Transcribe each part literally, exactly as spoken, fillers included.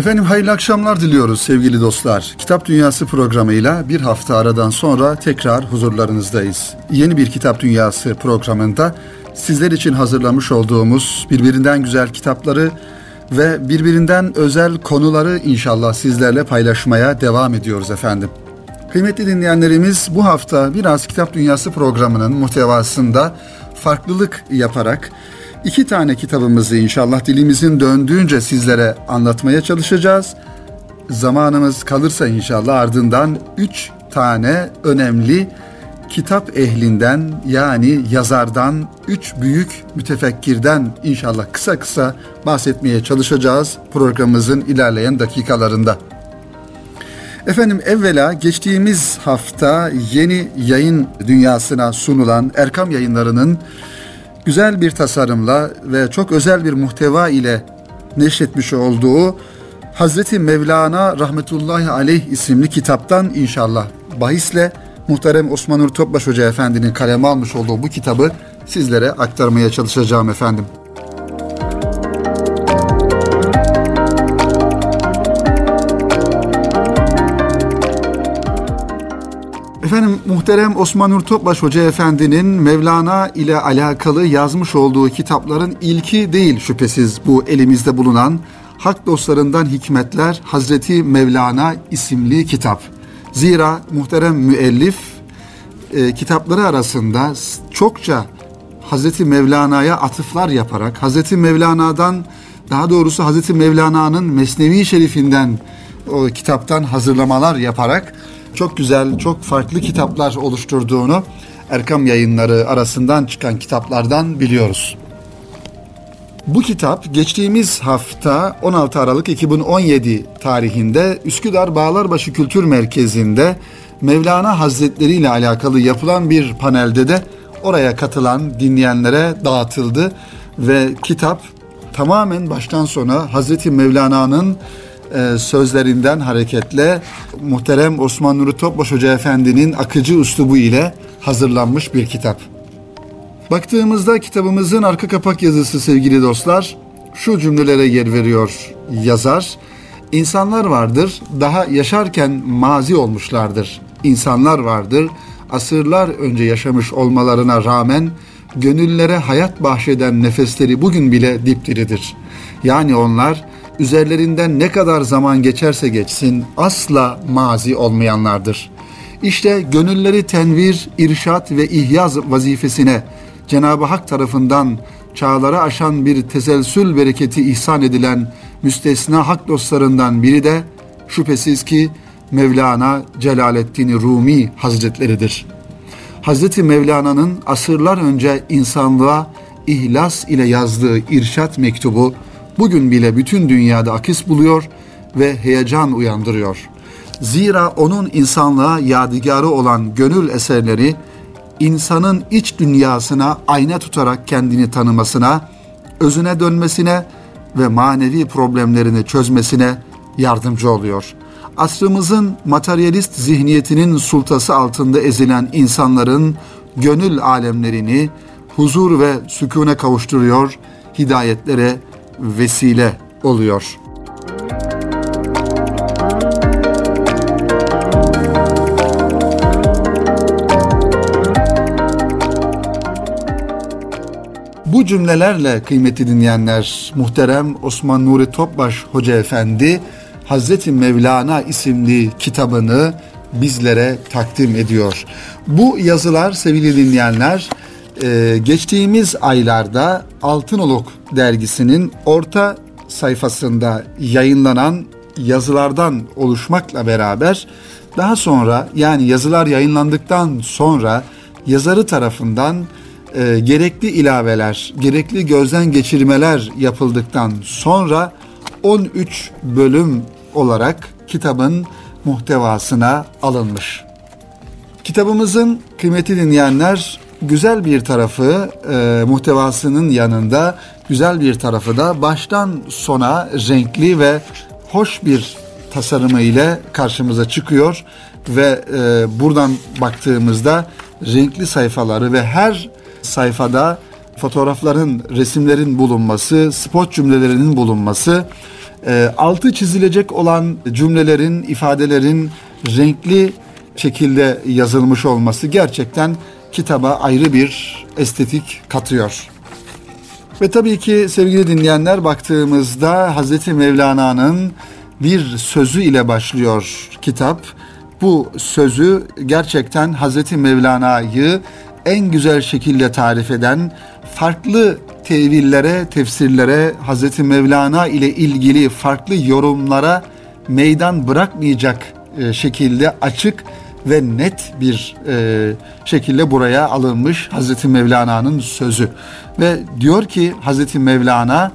Efendim hayırlı akşamlar diliyoruz sevgili dostlar. Kitap Dünyası programıyla bir hafta aradan sonra tekrar huzurlarınızdayız. Yeni bir Kitap Dünyası programında sizler için hazırlamış olduğumuz birbirinden güzel kitapları ve birbirinden özel konuları inşallah sizlerle paylaşmaya devam ediyoruz efendim. Kıymetli dinleyenlerimiz, bu hafta biraz Kitap Dünyası programının muhtevasında farklılık yaparak İki tane kitabımızı inşallah dilimizin döndüğünce sizlere anlatmaya çalışacağız. Zamanımız kalırsa inşallah ardından üç tane önemli kitap ehlinden, yani yazardan, üç büyük mütefekkirden inşallah kısa kısa bahsetmeye çalışacağız programımızın ilerleyen dakikalarında. Efendim evvela geçtiğimiz hafta yeni yayın dünyasına sunulan Erkam Yayınları'nın güzel bir tasarımla ve çok özel bir muhteva ile neşretmiş olduğu Hazreti Mevlana Rahmetullahi Aleyh isimli kitaptan inşallah bahisle muhterem Osman Nuri Topbaş Hoca Efendi'nin kaleme almış olduğu bu kitabı sizlere aktarmaya çalışacağım efendim. Efendim muhterem Osman Nuri Topbaş Hoca Efendi'nin Mevlana ile alakalı yazmış olduğu kitapların ilki değil şüphesiz bu elimizde bulunan Hak Dostlarından Hikmetler Hazreti Mevlana isimli kitap. Zira muhterem müellif e, kitapları arasında çokça Hazreti Mevlana'ya atıflar yaparak, Hazreti Mevlana'dan, daha doğrusu Hazreti Mevlana'nın Mesnevi Şerifinden, o kitaptan hazırlamalar yaparak çok güzel, çok farklı kitaplar oluşturduğunu Erkam Yayınları arasından çıkan kitaplardan biliyoruz. Bu kitap geçtiğimiz hafta on altı Aralık iki bin on yedi tarihinde Üsküdar Bağlarbaşı Kültür Merkezi'nde Mevlana Hazretleri ile alakalı yapılan bir panelde de oraya katılan dinleyenlere dağıtıldı ve kitap tamamen baştan sona Hazreti Mevlana'nın sözlerinden hareketle muhterem Osman Nuri Topbaş Hoca Efendi'nin akıcı üslubu ile hazırlanmış bir kitap. Baktığımızda kitabımızın arka kapak yazısı sevgili dostlar şu cümlelere yer veriyor yazar. İnsanlar vardır, daha yaşarken mazi olmuşlardır. İnsanlar vardır, asırlar önce yaşamış olmalarına rağmen gönüllere hayat bahşeden nefesleri bugün bile dipdiridir. Yani onlar üzerlerinden ne kadar zaman geçerse geçsin asla mazi olmayanlardır. İşte gönülleri tenvir, irşat ve ihya vazifesine Cenab-ı Hak tarafından çağları aşan bir teselsül bereketi ihsan edilen müstesna hak dostlarından biri de şüphesiz ki Mevlana Celaleddin Rumi Hazretleridir. Hazreti Mevlana'nın asırlar önce insanlığa ihlas ile yazdığı irşat mektubu bugün bile bütün dünyada akis buluyor ve heyecan uyandırıyor. Zira onun insanlığa yadigarı olan gönül eserleri insanın iç dünyasına ayna tutarak kendini tanımasına, özüne dönmesine ve manevi problemlerini çözmesine yardımcı oluyor. Asrımızın materyalist zihniyetinin sultası altında ezilen insanların gönül alemlerini huzur ve sükûne kavuşturuyor, hidayetlere vesile oluyor. Bu cümlelerle kıymetli dinleyenler, muhterem Osman Nuri Topbaş Hoca Efendi Hazreti Mevlana isimli kitabını bizlere takdim ediyor. Bu yazılar sevgili dinleyenler, geçtiğimiz aylarda Altınoluk dergisinin orta sayfasında yayınlanan yazılardan oluşmakla beraber daha sonra, yani yazılar yayınlandıktan sonra yazarı tarafından e, gerekli ilaveler, gerekli gözden geçirmeler yapıldıktan sonra on üç bölüm olarak kitabın muhtevasına alınmış. Kitabımızın kıymetli dinleyenler güzel bir tarafı, e, muhtevasının yanında güzel bir tarafı da baştan sona renkli ve hoş bir tasarımı ile karşımıza çıkıyor ve e, buradan baktığımızda renkli sayfaları ve her sayfada fotoğrafların, resimlerin bulunması, spot cümlelerinin bulunması e, altı çizilecek olan cümlelerin, ifadelerin renkli şekilde yazılmış olması gerçekten kitaba ayrı bir estetik katıyor. Ve tabii ki sevgili dinleyenler, baktığımızda Hazreti Mevlana'nın bir sözü ile başlıyor kitap. Bu sözü gerçekten Hazreti Mevlana'yı en güzel şekilde tarif eden, farklı tevillere, tefsirlere, Hazreti Mevlana ile ilgili farklı yorumlara meydan bırakmayacak şekilde açık ve net bir e, şekilde buraya alınmış Hazreti Mevlana'nın sözü. Ve diyor ki Hazreti Mevlana,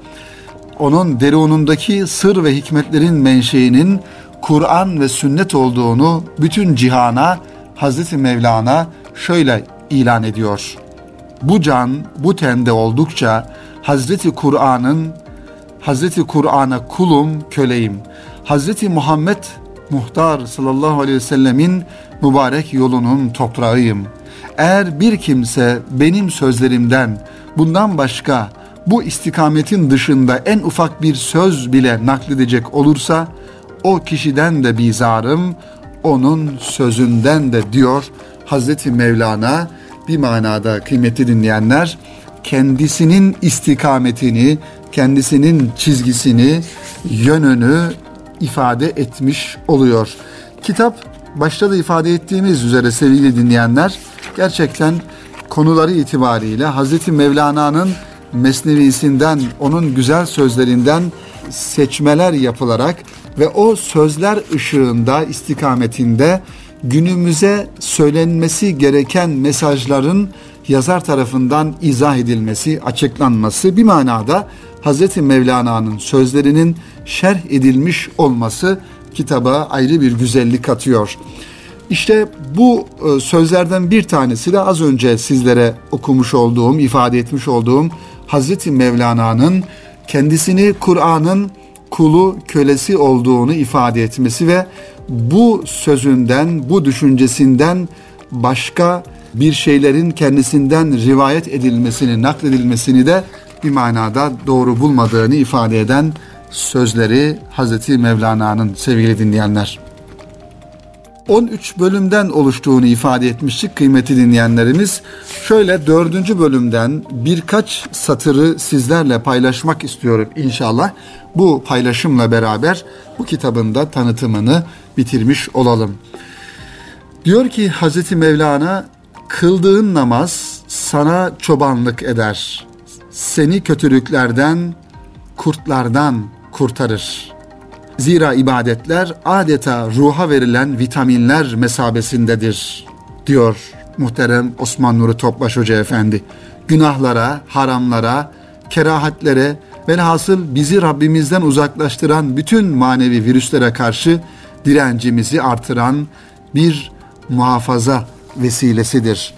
onun derunundaki sır ve hikmetlerin menşeinin Kur'an ve sünnet olduğunu bütün cihana Hazreti Mevlana şöyle ilan ediyor. Bu can bu tende oldukça Hazreti Kur'an'ın Hazreti Kur'an'a kulum, köleyim. Hazreti Muhammed Muhtar sallallahu aleyhi ve sellemin mübarek yolunun toprağıyım. Eğer bir kimse benim sözlerimden bundan başka bu istikametin dışında en ufak bir söz bile nakledecek olursa o kişiden de bizarım, onun sözünden de diyor Hazreti Mevlana. Bir manada kıymetli dinleyenler, kendisinin istikametini, kendisinin çizgisini, yönünü ifade etmiş oluyor. Kitap başta da ifade ettiğimiz üzere sevgili dinleyenler, gerçekten konuları itibariyle Hazreti Mevlana'nın mesnevisinden, onun güzel sözlerinden seçmeler yapılarak ve o sözler ışığında, istikametinde günümüze söylenmesi gereken mesajların yazar tarafından izah edilmesi, açıklanması, bir manada Hazreti Mevlana'nın sözlerinin şerh edilmiş olması kitaba ayrı bir güzellik katıyor. İşte bu sözlerden bir tanesi de az önce sizlere okumuş olduğum, ifade etmiş olduğum Hazreti Mevlana'nın kendisini Kur'an'ın kulu, kölesi olduğunu ifade etmesi ve bu sözünden, bu düşüncesinden başka bir şeylerin kendisinden rivayet edilmesini, nakledilmesini de bir manada doğru bulmadığını ifade eden sözleri Hazreti Mevlana'nın sevgili dinleyenler. on üç bölümden oluştuğunu ifade etmiştik kıymetli dinleyenlerimiz. Şöyle dördüncü bölümden birkaç satırı sizlerle paylaşmak istiyorum inşallah. Bu paylaşımla beraber bu kitabın da tanıtımını bitirmiş olalım. Diyor ki Hazreti Mevlana, kıldığın namaz sana çobanlık eder. Seni kötülüklerden, kurtlardan kurtarır. Zira ibadetler adeta ruha verilen vitaminler mesabesindedir, diyor muhterem Osman Nuri Topbaş Hoca Efendi. Günahlara, haramlara, kerahatlere, velhasıl bizi Rabbimizden uzaklaştıran bütün manevi virüslere karşı direncimizi artıran bir muhafaza vesilesidir.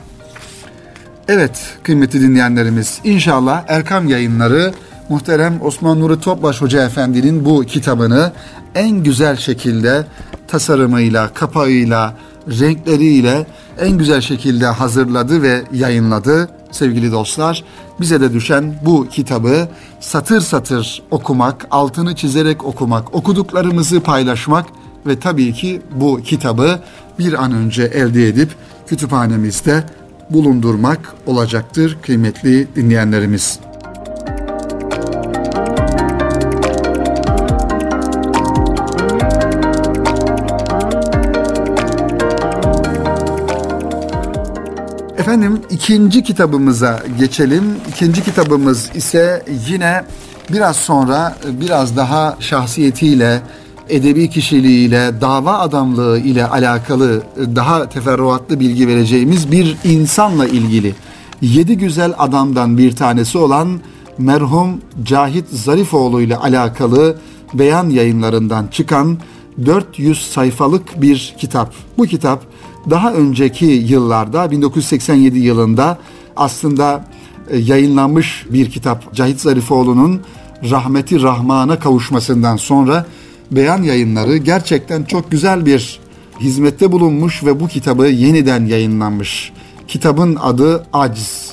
Evet kıymetli dinleyenlerimiz, inşallah Erkam Yayınları muhterem Osman Nuri Topbaş Hoca Efendi'nin bu kitabını en güzel şekilde tasarımıyla, kapağıyla, renkleriyle en güzel şekilde hazırladı ve yayınladı. Sevgili dostlar, bize de düşen bu kitabı satır satır okumak, altını çizerek okumak, okuduklarımızı paylaşmak ve tabii ki bu kitabı bir an önce elde edip kütüphanemizde bulundurmak olacaktır kıymetli dinleyenlerimiz. Efendim ikinci kitabımıza geçelim. İkinci kitabımız ise yine biraz sonra biraz daha şahsiyetiyle, edebi kişiliğiyle, dava adamlığı ile alakalı daha teferruatlı bilgi vereceğimiz bir insanla ilgili. Yedi güzel adamdan bir tanesi olan merhum Cahit Zarifoğlu ile alakalı Beyan Yayınlarından çıkan dört yüz sayfalık bir kitap. Bu kitap daha önceki yıllarda bin dokuz yüz seksen yedi yılında aslında yayınlanmış bir kitap. Cahit Zarifoğlu'nun rahmeti Rahman'a kavuşmasından sonra Beyan Yayınları gerçekten çok güzel bir hizmette bulunmuş ve bu kitabı yeniden yayınlanmış. Kitabın adı Aciz.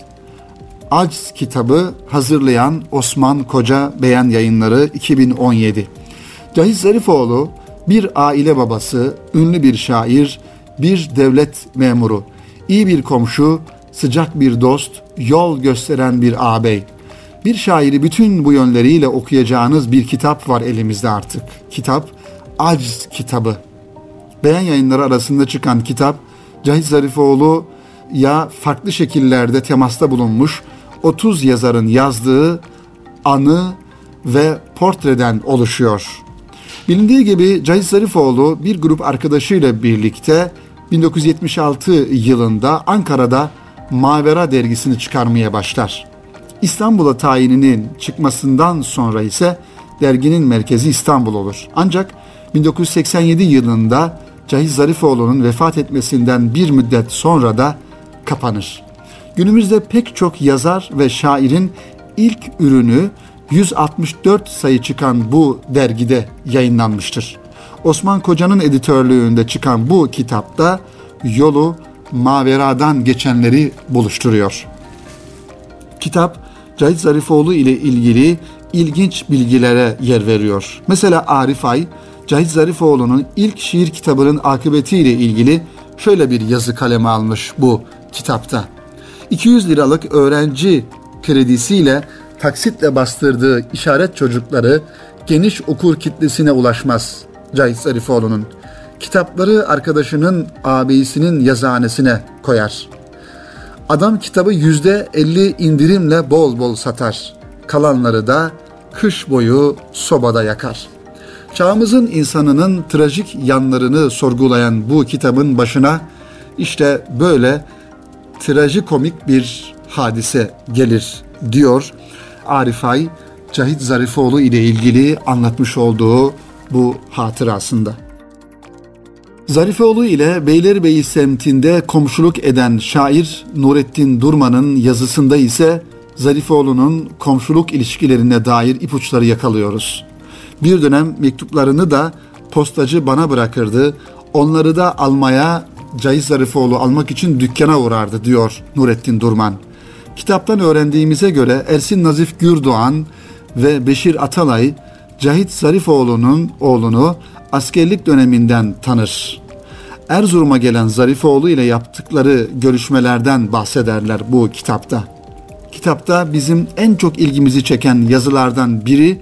Aciz kitabı hazırlayan Osman Koca, Beyan Yayınları, iki bin on yedi. Cahit Zarifoğlu bir aile babası, ünlü bir şair, bir devlet memuru, iyi bir komşu, sıcak bir dost, yol gösteren bir ağabey. Bir şairi bütün bu yönleriyle okuyacağınız bir kitap var elimizde artık. Kitap Acz kitabı. Beyan Yayınları arasında çıkan kitap, Cahit Zarifoğlu ya farklı şekillerde temasta bulunmuş otuz yazarın yazdığı anı ve portreden oluşuyor. Bilindiği gibi Cahit Zarifoğlu bir grup arkadaşıyla birlikte bin dokuz yüz yetmiş altı yılında Ankara'da Mavera dergisini çıkarmaya başlar. İstanbul'a tayininin çıkmasından sonra ise derginin merkezi İstanbul olur. Ancak bin dokuz yüz seksen yedi yılında Cahit Zarifoğlu'nun vefat etmesinden bir müddet sonra da kapanır. Günümüzde pek çok yazar ve şairin ilk ürünü yüz altmış dört sayı çıkan bu dergide yayınlanmıştır. Osman Koca'nın editörlüğünde çıkan bu kitapta yolu Mavera'dan geçenleri buluşturuyor. Kitap Cahit Zarifoğlu ile ilgili ilginç bilgilere yer veriyor. Mesela Arif Ay, Cahit Zarifoğlu'nun ilk şiir kitabının akıbetiyle ilgili şöyle bir yazı kaleme almış bu kitapta. iki yüz liralık öğrenci kredisiyle taksitle bastırdığı işaret çocukları geniş okur kitlesine ulaşmaz Cahit Zarifoğlu'nun. Kitapları arkadaşının ağabeyisinin yazıhanesine koyar. Adam kitabı yüzde elli indirimle bol bol satar. Kalanları da kış boyu sobada yakar. Çağımızın insanının trajik yanlarını sorgulayan bu kitabın başına işte böyle trajikomik bir hadise gelir diyor Arif Ay, Cahit Zarifoğlu ile ilgili anlatmış olduğu bu hatırasında. Zarifoğlu ile Beylerbeyi semtinde komşuluk eden şair Nurettin Durman'ın yazısında ise Zarifoğlu'nun komşuluk ilişkilerine dair ipuçları yakalıyoruz. Bir dönem mektuplarını da postacı bana bırakırdı, onları da almaya Cahit Zarifoğlu almak için dükkana uğrardı diyor Nurettin Durman. Kitaptan öğrendiğimize göre Ersin Nazif Gürdoğan ve Beşir Atalay Cahit Zarifoğlu'nun oğlunu askerlik döneminden tanır. Erzurum'a gelen Zarifoğlu ile yaptıkları görüşmelerden bahsederler bu kitapta. Kitapta bizim en çok ilgimizi çeken yazılardan biri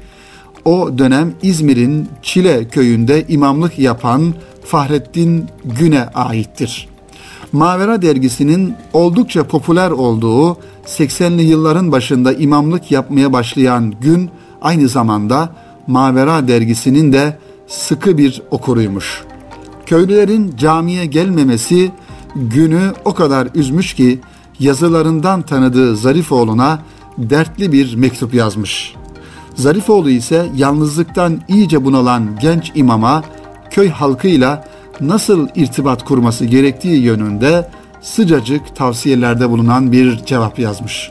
o dönem İzmir'in Çile köyünde imamlık yapan Fahrettin Gün'e aittir. Mavera dergisinin oldukça popüler olduğu seksenli yılların başında imamlık yapmaya başlayan Gün aynı zamanda Mavera dergisinin de sıkı bir okuruymuş. Köylülerin camiye gelmemesi Gün'ü o kadar üzmüş ki yazılarından tanıdığı Zarifoğlu'na dertli bir mektup yazmış. Zarifoğlu ise yalnızlıktan iyice bunalan genç imama köy halkıyla nasıl irtibat kurması gerektiği yönünde sıcacık tavsiyelerde bulunan bir cevap yazmış.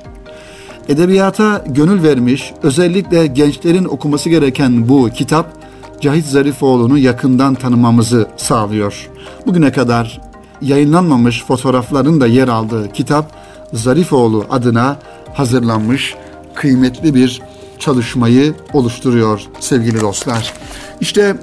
Edebiyata gönül vermiş, özellikle gençlerin okuması gereken bu kitap, Cahit Zarifoğlu'nu yakından tanımamızı sağlıyor. Bugüne kadar yayınlanmamış fotoğrafların da yer aldığı kitap, Zarifoğlu adına hazırlanmış kıymetli bir çalışmayı oluşturuyor sevgili dostlar. İşte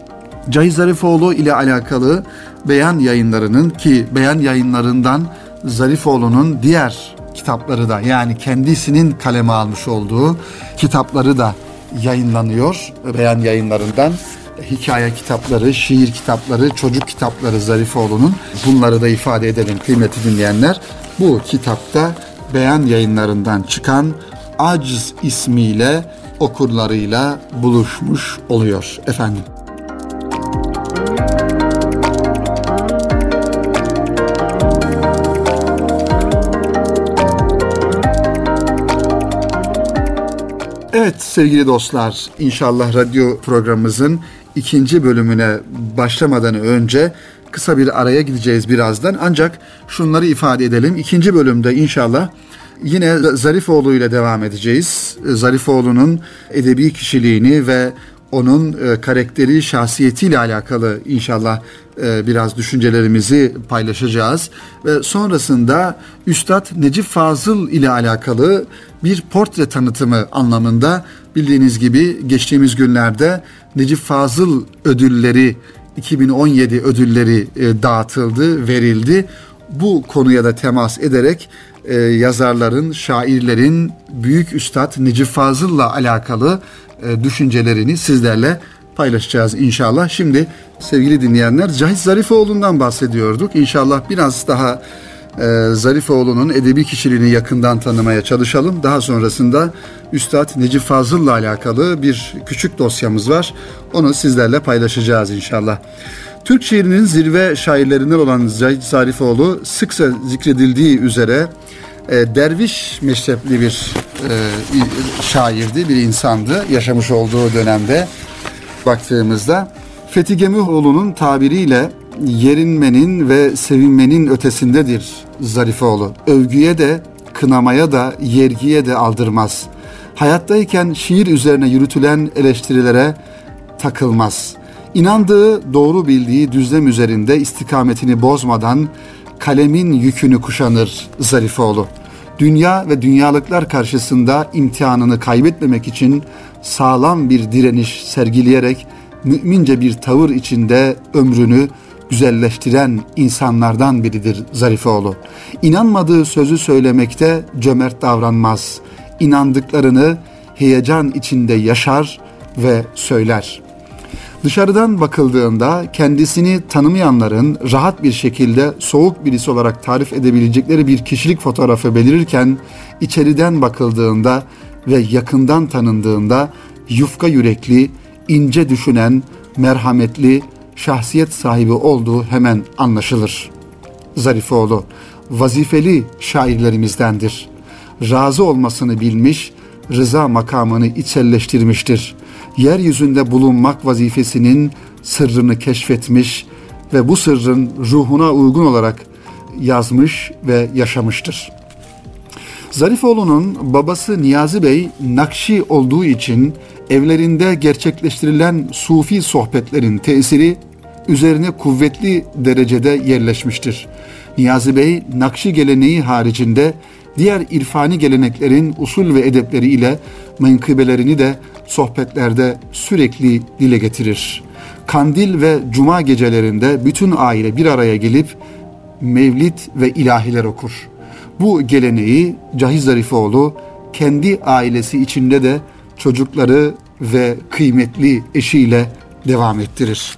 Cahit Zarifoğlu ile alakalı Beyan Yayınları'nın ki Beyan Yayınları'ndan Zarifoğlu'nun diğer kitapları da yani kendisinin kaleme almış olduğu kitapları da yayınlanıyor. Beyan Yayınları'ndan hikaye kitapları, şiir kitapları, çocuk kitapları Zarifoğlu'nun, bunları da ifade edelim kıymetli dinleyenler. Bu kitapta Beyan Yayınları'ndan çıkan Acz ismiyle okurlarıyla buluşmuş oluyor efendim. Evet sevgili dostlar, inşallah radyo programımızın ikinci bölümüne başlamadan önce kısa bir araya gideceğiz birazdan. Ancak şunları ifade edelim. İkinci bölümde inşallah yine Zarifoğlu ile devam edeceğiz. Zarifoğlu'nun edebi kişiliğini ve onun e, karakteri, şahsiyetiyle alakalı inşallah e, biraz düşüncelerimizi paylaşacağız. Ve sonrasında Üstad Necip Fazıl ile alakalı bir portre tanıtımı anlamında, bildiğiniz gibi geçtiğimiz günlerde Necip Fazıl ödülleri, iki bin on yedi ödülleri e, dağıtıldı, verildi. Bu konuya da temas ederek e, yazarların, şairlerin büyük üstad Necip Fazıl'la alakalı e, düşüncelerini sizlerle paylaşacağız inşallah. Şimdi sevgili dinleyenler, Cahit Zarifoğlu'ndan bahsediyorduk. İnşallah biraz daha e, Zarifoğlu'nun edebi kişiliğini yakından tanımaya çalışalım. Daha sonrasında Üstad Necip Fazıl'la alakalı bir küçük dosyamız var. Onu sizlerle paylaşacağız inşallah. Türk şiirinin zirve şairlerinden olan Cahit Zarifoğlu sıkça zikredildiği üzere e, derviş meşrepli bir e, şairdi, bir insandı yaşamış olduğu dönemde. Baktığımızda Fethi Gemühoğlu'nun tabiriyle yerinmenin ve sevinmenin ötesindedir Zarifoğlu. Övgüye de, kınamaya da, yergiye de aldırmaz. Hayattayken şiir üzerine yürütülen eleştirilere takılmaz. İnandığı, doğru bildiği düzlem üzerinde istikametini bozmadan kalemin yükünü kuşanır Zarifoğlu. Dünya ve dünyalıklar karşısında imtihanını kaybetmemek için sağlam bir direniş sergileyerek mümince bir tavır içinde ömrünü güzelleştiren insanlardan biridir Zarifoğlu. İnanmadığı sözü söylemekte cömert davranmaz. İnandıklarını heyecan içinde yaşar ve söyler. Dışarıdan bakıldığında kendisini tanımayanların rahat bir şekilde soğuk birisi olarak tarif edebilecekleri bir kişilik fotoğrafı belirirken, içeriden bakıldığında ve yakından tanındığında yufka yürekli, ince düşünen, merhametli, şahsiyet sahibi olduğu hemen anlaşılır. Zarifoğlu vazifeli şairlerimizdendir. Razı olmasını bilmiş, rıza makamını içselleştirmiştir. Yeryüzünde bulunmak vazifesinin sırrını keşfetmiş ve bu sırrın ruhuna uygun olarak yazmış ve yaşamıştır. Zarifoğlu'nun babası Niyazi Bey Nakşi olduğu için evlerinde gerçekleştirilen sufi sohbetlerin tesiri üzerine kuvvetli derecede yerleşmiştir. Niyazi Bey Nakşi geleneği haricinde diğer irfani geleneklerin usul ve edepleri ile menkıbelerini de sohbetlerde sürekli dile getirir. Kandil ve cuma gecelerinde bütün aile bir araya gelip mevlid ve ilahiler okur. Bu geleneği Cahit Zarifoğlu kendi ailesi içinde de çocukları ve kıymetli eşiyle devam ettirir.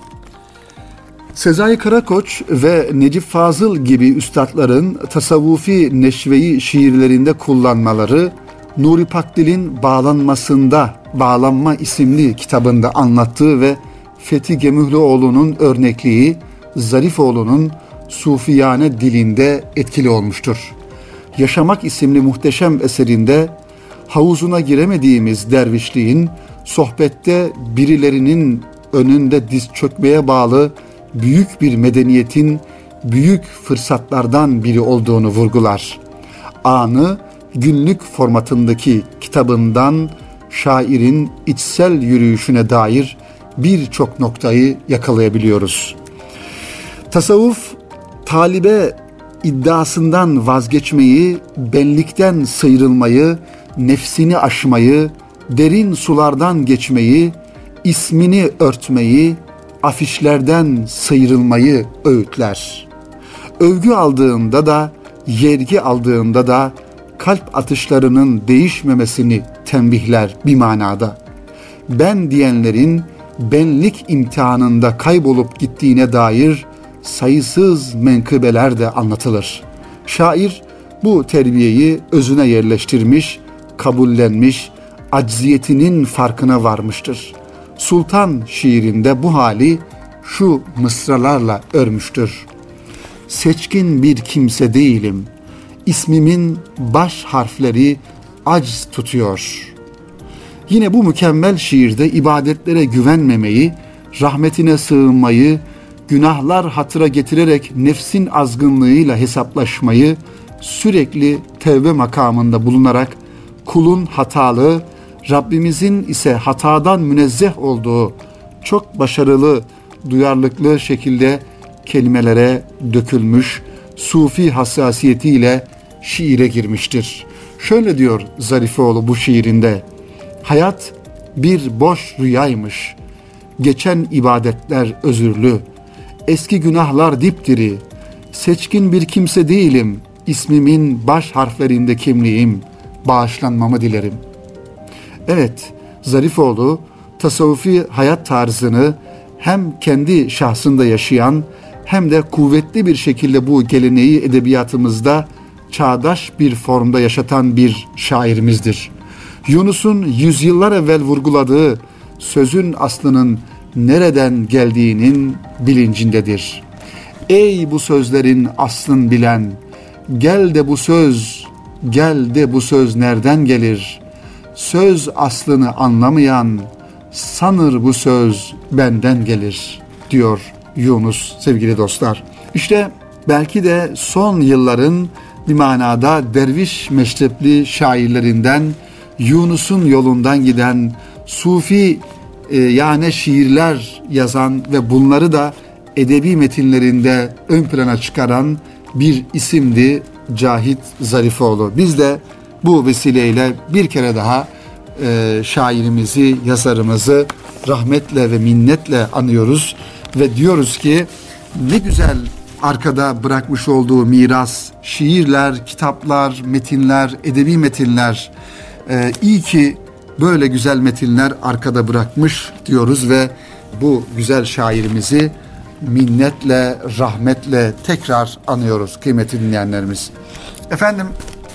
Sezai Karakoç ve Necip Fazıl gibi üstadların tasavvufi neşveyi şiirlerinde kullanmaları, Nuri Pakdil'in Bağlanmasında, Bağlanma isimli kitabında anlattığı ve Fethi Gemühlüoğlu'nun örnekliği Zarifoğlu'nun sufiyane dilinde etkili olmuştur. Yaşamak isimli muhteşem eserinde havuzuna giremediğimiz dervişliğin sohbette birilerinin önünde diz çökmeye bağlı büyük bir medeniyetin büyük fırsatlardan biri olduğunu vurgular. Anı günlük formatındaki kitabından şairin içsel yürüyüşüne dair birçok noktayı yakalayabiliyoruz. Tasavvuf, talibe iddiasından vazgeçmeyi, benlikten sıyrılmayı, nefsini aşmayı, derin sulardan geçmeyi, ismini örtmeyi, afişlerden sıyrılmayı öğütler. Övgü aldığında da, yergi aldığında da kalp atışlarının değişmemesini tembihler bir manada. Ben diyenlerin benlik imtihanında kaybolup gittiğine dair sayısız menkıbeler de anlatılır. Şair bu terbiyeyi özüne yerleştirmiş, kabullenmiş, acziyetinin farkına varmıştır. Sultan şiirinde bu hali şu mısralarla örmüştür. Seçkin bir kimse değilim, ismimin baş harfleri acz tutuyor. Yine bu mükemmel şiirde ibadetlere güvenmemeyi, rahmetine sığınmayı, günahlar hatıra getirerek nefsin azgınlığıyla hesaplaşmayı, sürekli tevbe makamında bulunarak kulun hatalı, Rabbimizin ise hatadan münezzeh olduğu çok başarılı, duyarlılıklı şekilde kelimelere dökülmüş, sufi hassasiyetiyle şiire girmiştir. Şöyle diyor Zarifeoğlu bu şiirinde: hayat bir boş rüyaymış, geçen ibadetler özürlü, eski günahlar dipdiri, seçkin bir kimse değilim, ismimin baş harflerinde kimliğim, bağışlanmamı dilerim. Evet, Zarifeoğlu tasavvufi hayat tarzını hem kendi şahsında yaşayan hem de kuvvetli bir şekilde bu geleneği edebiyatımızda çağdaş bir formda yaşatan bir şairimizdir. Yunus'un yüzyıllar evvel vurguladığı sözün aslının nereden geldiğinin bilincindedir. Ey bu sözlerin aslın bilen, gel de bu söz, gel de bu söz nereden gelir? Söz aslını anlamayan, sanır bu söz benden gelir, diyor Yunus sevgili dostlar. İşte belki de son yılların bir manada derviş meşrepli şairlerinden, Yunus'un yolundan giden, sufi e, yani şiirler yazan ve bunları da edebi metinlerinde ön plana çıkaran bir isimdi Cahit Zarifeoğlu. Biz de bu vesileyle bir kere daha e, şairimizi, yazarımızı rahmetle ve minnetle anıyoruz ve diyoruz ki ne güzel arkada bırakmış olduğu miras, şiirler, kitaplar, metinler, edebi metinler. Ee, iyi ki böyle güzel metinler arkada bırakmış diyoruz ve bu güzel şairimizi minnetle, rahmetle tekrar anıyoruz kıymetli dinleyenlerimiz. Efendim,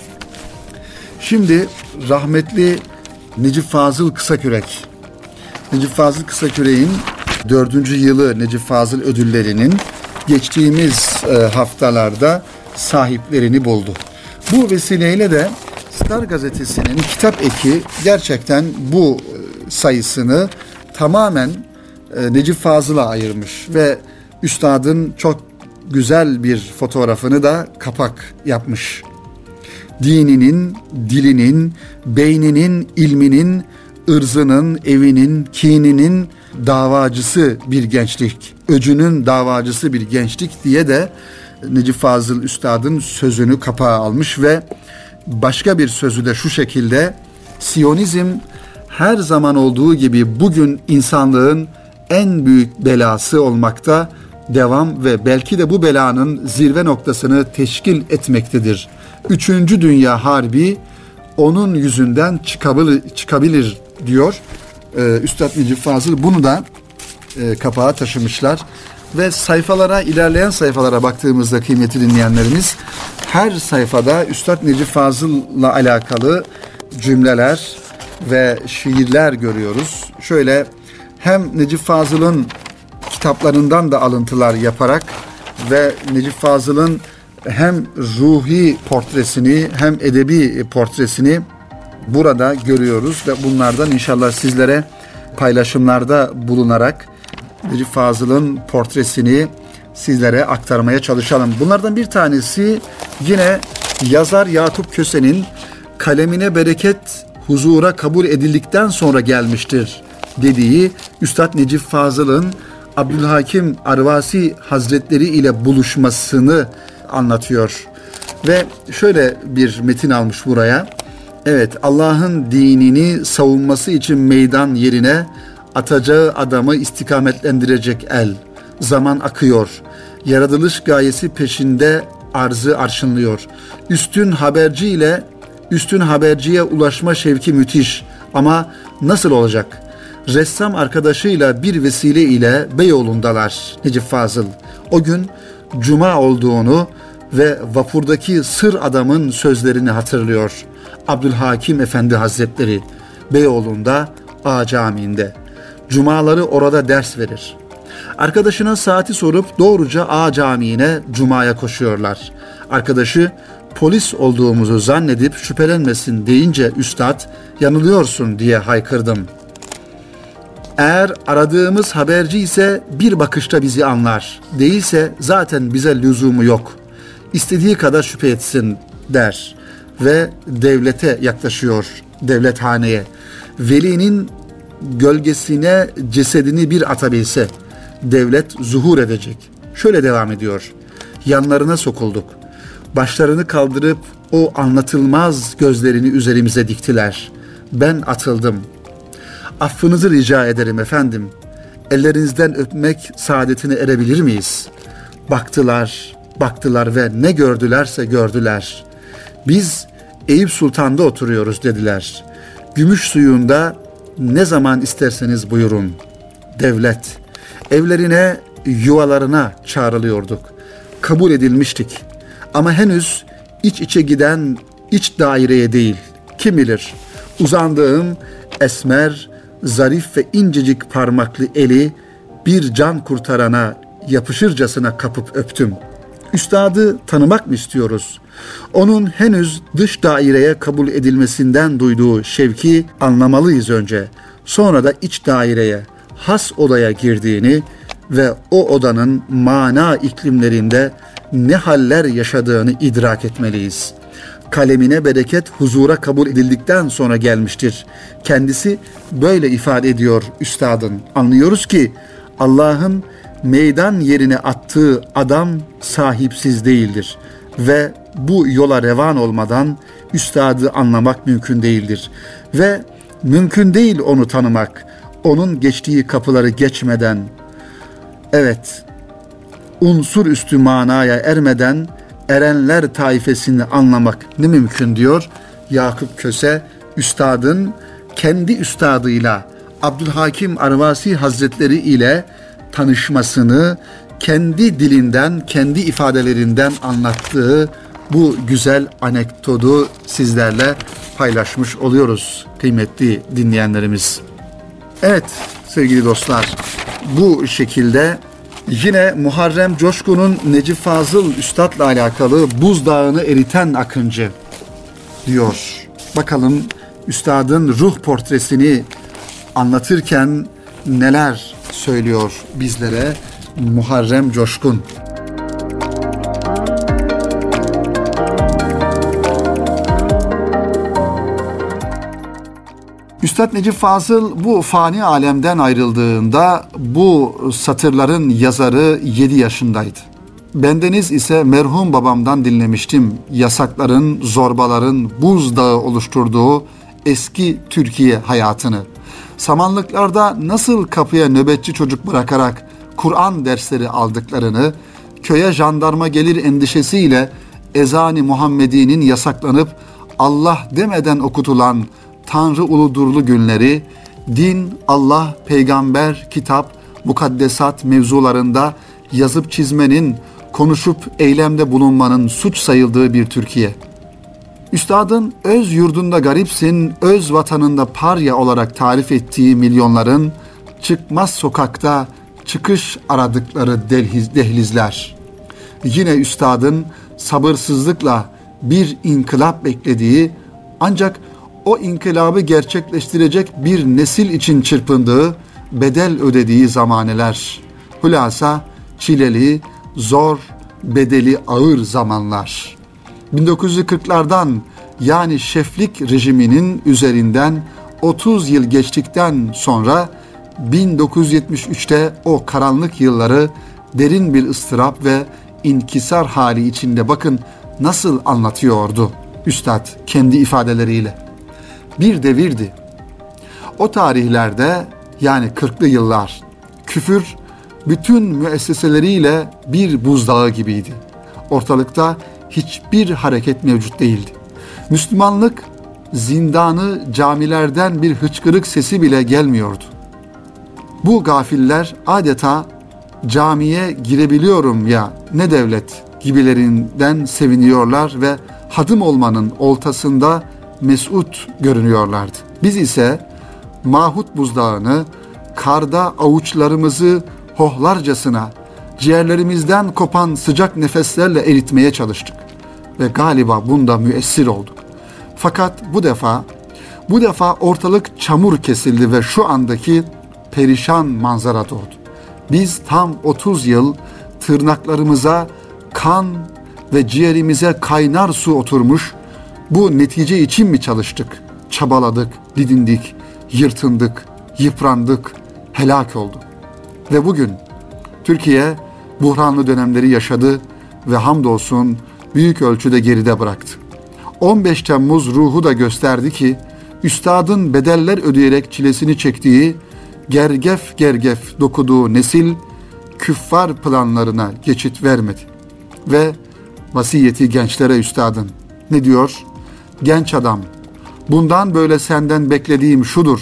şimdi rahmetli Necip Fazıl Kısakürek, Necip Fazıl Kısakürek'in dördüncü yılı Necip Fazıl ödüllerinin geçtiğimiz e, haftalarda sahiplerini buldu. Bu vesileyle de Star Gazetesi'nin kitap eki gerçekten bu e, sayısını tamamen e, Necip Fazıl'a ayırmış ve üstadın çok güzel bir fotoğrafını da kapak yapmış. Dininin, dilinin, beyninin, ilminin, ırzının, evinin, kininin davacısı bir gençlik, öcünün davacısı bir gençlik diye de Necip Fazıl Üstad'ın sözünü kapağa almış ve başka bir sözü de şu şekilde: Siyonizm her zaman olduğu gibi bugün insanlığın en büyük belası olmakta devam ve belki de bu belanın zirve noktasını teşkil etmektedir. Üçüncü Dünya Harbi onun yüzünden çıkabilir, çıkabilir diyor. Ee, Üstad Necip Fazıl bunu da e, kapağa taşımışlar. Ve sayfalara, ilerleyen sayfalara baktığımızda kıymetli dinleyenlerimiz, her sayfada Üstad Necip Fazıl'la alakalı cümleler ve şiirler görüyoruz. Şöyle hem Necip Fazıl'ın kitaplarından da alıntılar yaparak ve Necip Fazıl'ın hem ruhi portresini hem edebi portresini burada görüyoruz ve bunlardan inşallah sizlere paylaşımlarda bulunarak Necip Fazıl'ın portresini sizlere aktarmaya çalışalım. Bunlardan bir tanesi yine yazar Yakup Köse'nin kalemine bereket huzura kabul edildikten sonra gelmiştir dediği Üstad Necip Fazıl'ın Abdülhakim Arvasi Hazretleri ile buluşmasını anlatıyor. Ve şöyle bir metin almış buraya. Evet, Allah'ın dinini savunması için meydan yerine atacağı adamı istikametlendirecek el. Zaman akıyor. Yaratılış gayesi peşinde arzı arşınlıyor. Üstün haberci ile üstün haberciye ulaşma şevki müthiş. Ama nasıl olacak? Ressam arkadaşıyla bir vesile ile Beyoğlu'ndalar Necip Fazıl. O gün cuma olduğunu ve vapurdaki sır adamın sözlerini hatırlıyor. Abdülhakim Efendi Hazretleri Beyoğlu'nda Ağa Camii'nde. Cumaları orada ders verir. Arkadaşına saati sorup doğruca Ağa Camii'ne cumaya koşuyorlar. Arkadaşı polis olduğumuzu zannedip şüphelenmesin deyince üstad yanılıyorsun diye haykırdım. Eğer aradığımız haberci ise bir bakışta bizi anlar. Değilse zaten bize lüzumu yok. İstediği kadar şüphe etsin der ve devlete yaklaşıyor, devlethaneye. Velinin gölgesine cesedini bir atabilse devlet zuhur edecek. Şöyle devam ediyor. Yanlarına sokulduk. Başlarını kaldırıp o anlatılmaz gözlerini üzerimize diktiler. Ben atıldım. Affınızı rica ederim efendim. Ellerinizden öpmek saadetine erebilir miyiz? Baktılar, baktılar ve ne gördülerse gördüler. Biz Eyüp Sultan'da oturuyoruz dediler. Gümüş suyunda ne zaman isterseniz buyurun. Devlet, evlerine, yuvalarına çağrılıyorduk. Kabul edilmiştik. Ama henüz iç içe giden iç daireye değil. Kim bilir, uzandığım esmer, zarif ve incecik parmaklı eli bir can kurtarana yapışırcasına kapıp öptüm. Üstadı tanımak mı istiyoruz? Onun henüz dış daireye kabul edilmesinden duyduğu şevki anlamalıyız önce. Sonra da iç daireye, has odaya girdiğini ve o odanın mana iklimlerinde ne haller yaşadığını idrak etmeliyiz. Kalemine bereket huzura kabul edildikten sonra gelmiştir. Kendisi böyle ifade ediyor üstadın. Anlıyoruz ki Allah'ın meydan yerine attığı adam sahipsiz değildir ve bu yola revan olmadan üstadı anlamak mümkün değildir ve mümkün değil onu tanımak, onun geçtiği kapıları geçmeden. Evet, unsur üstü manaya ermeden erenler taifesini anlamak ne mümkün diyor Yakup Köse, üstadın kendi üstadıyla Abdülhakim Arvasi Hazretleri ile tanışmasını kendi dilinden, kendi ifadelerinden anlattığı bu güzel anekdotu sizlerle paylaşmış oluyoruz kıymetli dinleyenlerimiz. Evet sevgili dostlar, bu şekilde yine Muharrem Coşkun'un Necip Fazıl Üstad'la alakalı buzdağını eriten akıncı diyor. Bakalım üstadın ruh portresini anlatırken neler söylüyor bizlere Muharrem Coşkun. Üstad Necip Fazıl bu fani alemden ayrıldığında bu satırların yazarı yedi yaşındaydı. Bendeniz ise merhum babamdan dinlemiştim yasakların, zorbaların buzdağı oluşturduğu eski Türkiye hayatını. Samanlıklarda nasıl kapıya nöbetçi çocuk bırakarak Kur'an dersleri aldıklarını, köye jandarma gelir endişesiyle ezan-ı Muhammedi'nin yasaklanıp Allah demeden okutulan Tanrı uludurlu günleri, din, Allah, peygamber, kitap, mukaddesat mevzularında yazıp çizmenin, konuşup eylemde bulunmanın suç sayıldığı bir Türkiye. Üstadın öz yurdunda garipsin, öz vatanında parya olarak tarif ettiği milyonların çıkmaz sokakta çıkış aradıkları delhiz, dehlizler. Yine üstadın sabırsızlıkla bir inkılap beklediği ancak o inkılabı gerçekleştirecek bir nesil için çırpındığı, bedel ödediği zamaneler. Hülasa çileli, zor, bedeli ağır zamanlar. bin dokuz yüz kırklardan yani şeflik rejiminin üzerinden otuz yıl geçtikten sonra bin dokuz yüz yetmiş üçte o karanlık yılları derin bir ıstırap ve inkisar hali içinde bakın nasıl anlatıyordu üstad kendi ifadeleriyle. Bir devirdi. O tarihlerde yani kırklı yıllar küfür bütün müesseseleriyle bir buzdağı gibiydi. Ortalıkta hiçbir hareket mevcut değildi. Müslümanlık zindanı camilerden bir hıçkırık sesi bile gelmiyordu. Bu gafiller adeta camiye girebiliyorum ya ne devlet gibilerinden seviniyorlar ve hadım olmanın oltasında mesut görünüyorlardı. Biz ise Mahut buzdağını karda avuçlarımızı hohlarcasına ciğerlerimizden kopan sıcak nefeslerle eritmeye çalıştık ve galiba bunda müessir olduk. Fakat bu defa bu defa ortalık çamur kesildi ve şu andaki perişan manzara doğdu. Biz tam otuz yıl tırnaklarımıza kan ve ciğerimize kaynar su oturmuş, bu netice için mi çalıştık, çabaladık, didindik, yırtındık, yıprandık, helak olduk. Ve bugün Türkiye buhranlı dönemleri yaşadı ve hamdolsun büyük ölçüde geride bıraktı. on beş Temmuz ruhu da gösterdi ki, üstadın bedeller ödeyerek çilesini çektiği, gergef gergef dokuduğu nesil, küffar planlarına geçit vermedi. Ve vasiyeti gençlere üstadın. Ne diyor? Genç adam, bundan böyle senden beklediğim şudur.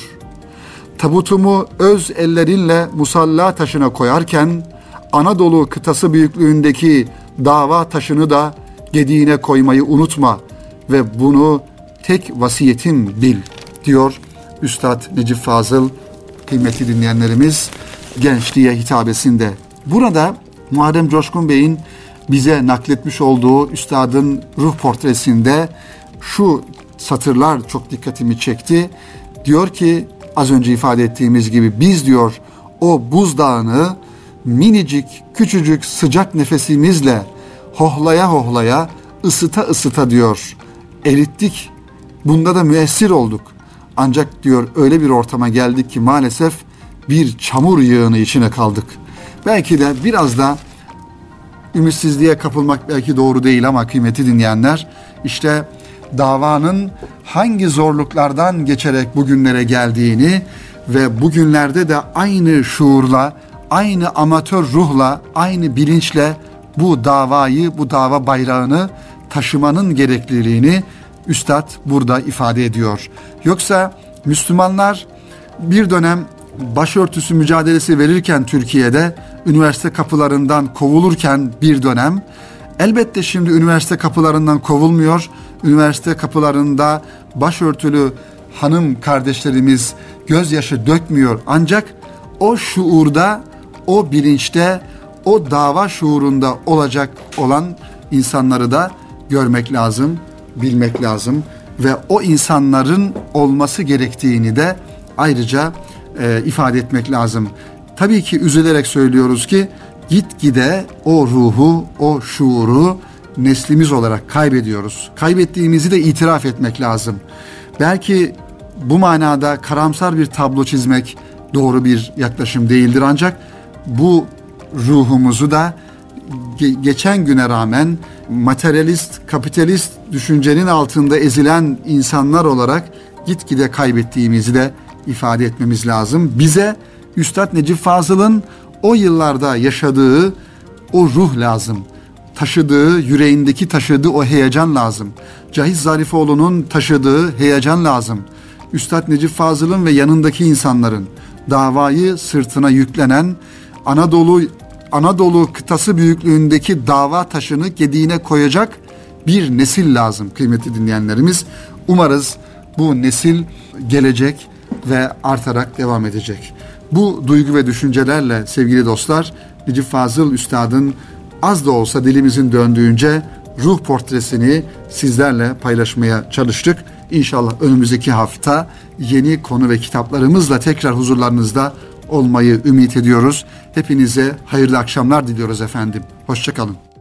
Tabutumu öz ellerinle musalla taşına koyarken, Anadolu kıtası büyüklüğündeki dava taşını da gediğine koymayı unutma ve bunu tek vasiyetim bil, diyor Üstad Necip Fazıl, kıymetli dinleyenlerimiz, gençliğe hitabesinde. Burada Muharrem Coşkun Bey'in bize nakletmiş olduğu üstadın ruh portresinde şu satırlar çok dikkatimi çekti. Diyor ki, az önce ifade ettiğimiz gibi biz diyor o buzdağını minicik, küçücük sıcak nefesimizle hohlaya hohlaya, ısıta ısıta diyor erittik. Bunda da müessir olduk. Ancak diyor öyle bir ortama geldik ki maalesef bir çamur yığını içine kaldık. Belki de biraz da ümitsizliğe kapılmak belki doğru değil ama kıymetli dinleyenler, işte davanın hangi zorluklardan geçerek bugünlere geldiğini ve bugünlerde de aynı şuurla, aynı amatör ruhla, aynı bilinçle bu davayı, bu dava bayrağını taşımanın gerekliliğini Üstad burada ifade ediyor. Yoksa Müslümanlar bir dönem başörtüsü mücadelesi verirken Türkiye'de, üniversite kapılarından kovulurken bir dönem, elbette şimdi üniversite kapılarından kovulmuyor. Üniversite kapılarında başörtülü hanım kardeşlerimiz gözyaşı dökmüyor. Ancak o şuurda, o bilinçte, o dava şuurunda olacak olan insanları da görmek lazım, bilmek lazım ve o insanların olması gerektiğini de ayrıca e, ifade etmek lazım. Tabii ki üzülerek söylüyoruz ki gitgide o ruhu, o şuuru neslimiz olarak kaybediyoruz. Kaybettiğimizi de itiraf etmek lazım. Belki bu manada karamsar bir tablo çizmek doğru bir yaklaşım değildir, ancak bu ruhumuzu da ge- geçen güne rağmen materyalist, kapitalist düşüncenin altında ezilen insanlar olarak gitgide kaybettiğimizi de ifade etmemiz lazım. Bize Üstad Necip Fazıl'ın o yıllarda yaşadığı o ruh lazım. Taşıdığı, yüreğindeki taşıdığı o heyecan lazım. Cahiz Zarifoğlu'nun taşıdığı heyecan lazım. Üstad Necip Fazıl'ın ve yanındaki insanların davayı sırtına yüklenen, Anadolu Anadolu kıtası büyüklüğündeki dava taşını gediğine koyacak bir nesil lazım kıymetli dinleyenlerimiz. Umarız bu nesil gelecek ve artarak devam edecek. Bu duygu ve düşüncelerle sevgili dostlar, Necip Fazıl Üstad'ın az da olsa dilimizin döndüğünce ruh portresini sizlerle paylaşmaya çalıştık. İnşallah önümüzdeki hafta yeni konu ve kitaplarımızla tekrar huzurlarınızda olmayı ümit ediyoruz. Hepinize hayırlı akşamlar diliyoruz efendim. Hoşça kalın.